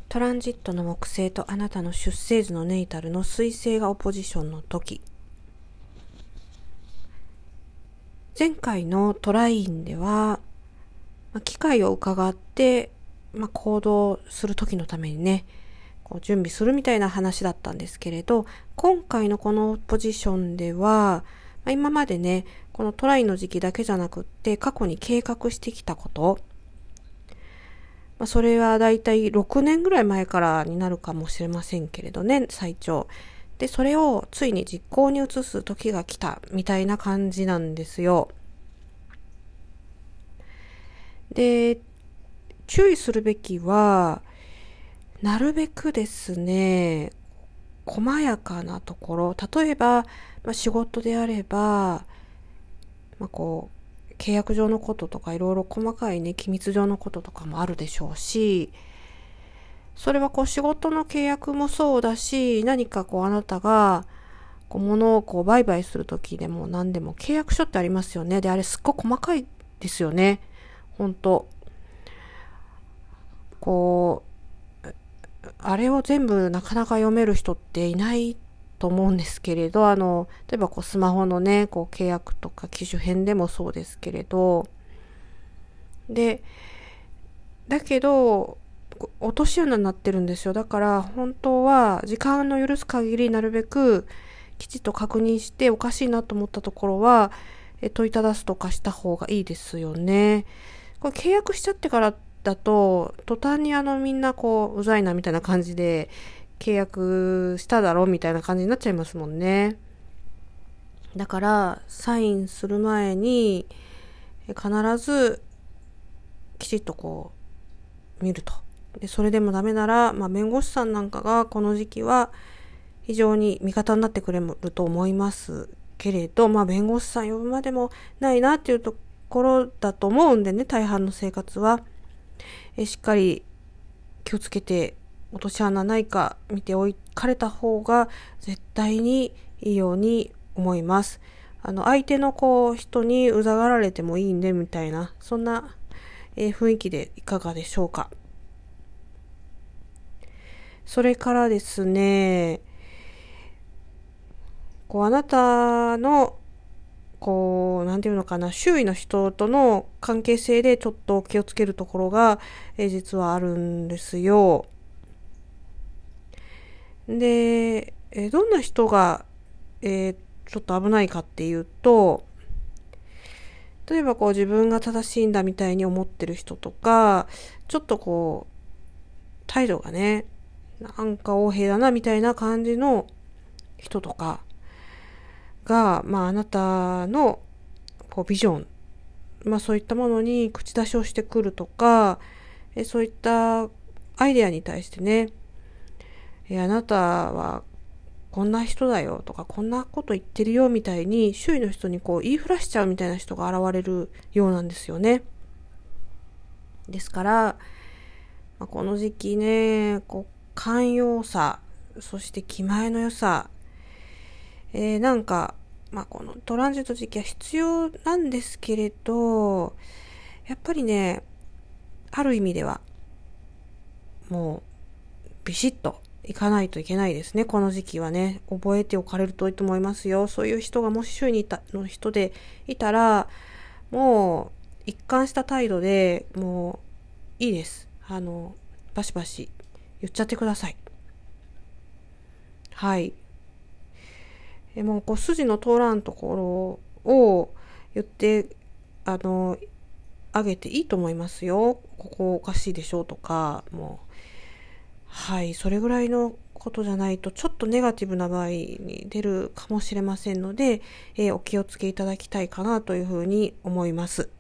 トランジットの木星とあなたの出生図のネイタルの水星がオポジションの時、前回のトラインでは、機会を伺って、行動する時のためにね、準備するみたいな話だったんですけれど、今回のこのポジションでは、今までね、このトライの時期だけじゃなくって過去に計画してきたこと、それはだいたい6年ぐらい前からになるかもしれませんけれどね、最長で、それをついに実行に移す時が来たみたいな感じなんですよ。で、注意するべきは、なるべくですね、細やかなところ、例えば、仕事であれば、契約上のこととかいろいろ細かいね、機密上のこととかもあるでしょうし、それは仕事の契約もそうだし、何かあなたが物を売買するときでも何でも契約書ってありますよね。で、あれすっごい細かいですよね。本当あれを全部なかなか読める人っていないと思うんですけれど、例えばスマホのね、契約とか機種変でもそうですけれど、で、だけど、落とし穴になってるんですよ。だから本当は時間の許す限りなるべくきちっと確認して、おかしいなと思ったところは問いただすとかした方がいいですよね。これ契約しちゃってからだと途端にみんなうざいなみたいな感じで契約しただろうみたいな感じになっちゃいますもんね。だからサインする前に必ずきちっと見ると。で、それでもダメなら、弁護士さんなんかがこの時期は非常に味方になってくれると思いますけれど、弁護士さん呼ぶまでもないなっていうところだと思うんでね、大半の生活はしっかり気をつけて落とし穴ないか見ておかれた方が絶対にいいように思います。相手の人にうざがられてもいいんでみたいな、そんな雰囲気でいかがでしょうか。それからですね、あなたのなんていうのかな、周囲の人との関係性でちょっと気をつけるところが、実はあるんですよ。で、どんな人が、ちょっと危ないかっていうと、例えば自分が正しいんだみたいに思ってる人とか、ちょっと態度がね、なんか横柄だなみたいな感じの人とかが、あなたのビジョン、そういったものに口出しをしてくるとか、そういったアイデアに対してね、あなたはこんな人だよとか、こんなこと言ってるよみたいに周囲の人に言いふらしちゃうみたいな人が現れるようなんですよね。ですから、この時期ね、寛容さ、そして気前の良さ、なんか、このトランジット時期は必要なんですけれど、やっぱりね、ある意味ではもうビシッといかないといけないですね。この時期はね、覚えておかれるといいと思いますよ。そういう人がもし周囲にの人でいたら、もう一貫した態度でもういいです。バシバシ言っちゃってください。はい。もう筋の通らんところを言ってあげていいと思いますよ。ここおかしいでしょうとか、もうはい、それぐらいのことじゃないとちょっとネガティブな場合に出るかもしれませんので、お気をつけいただきたいかなというふうに思います。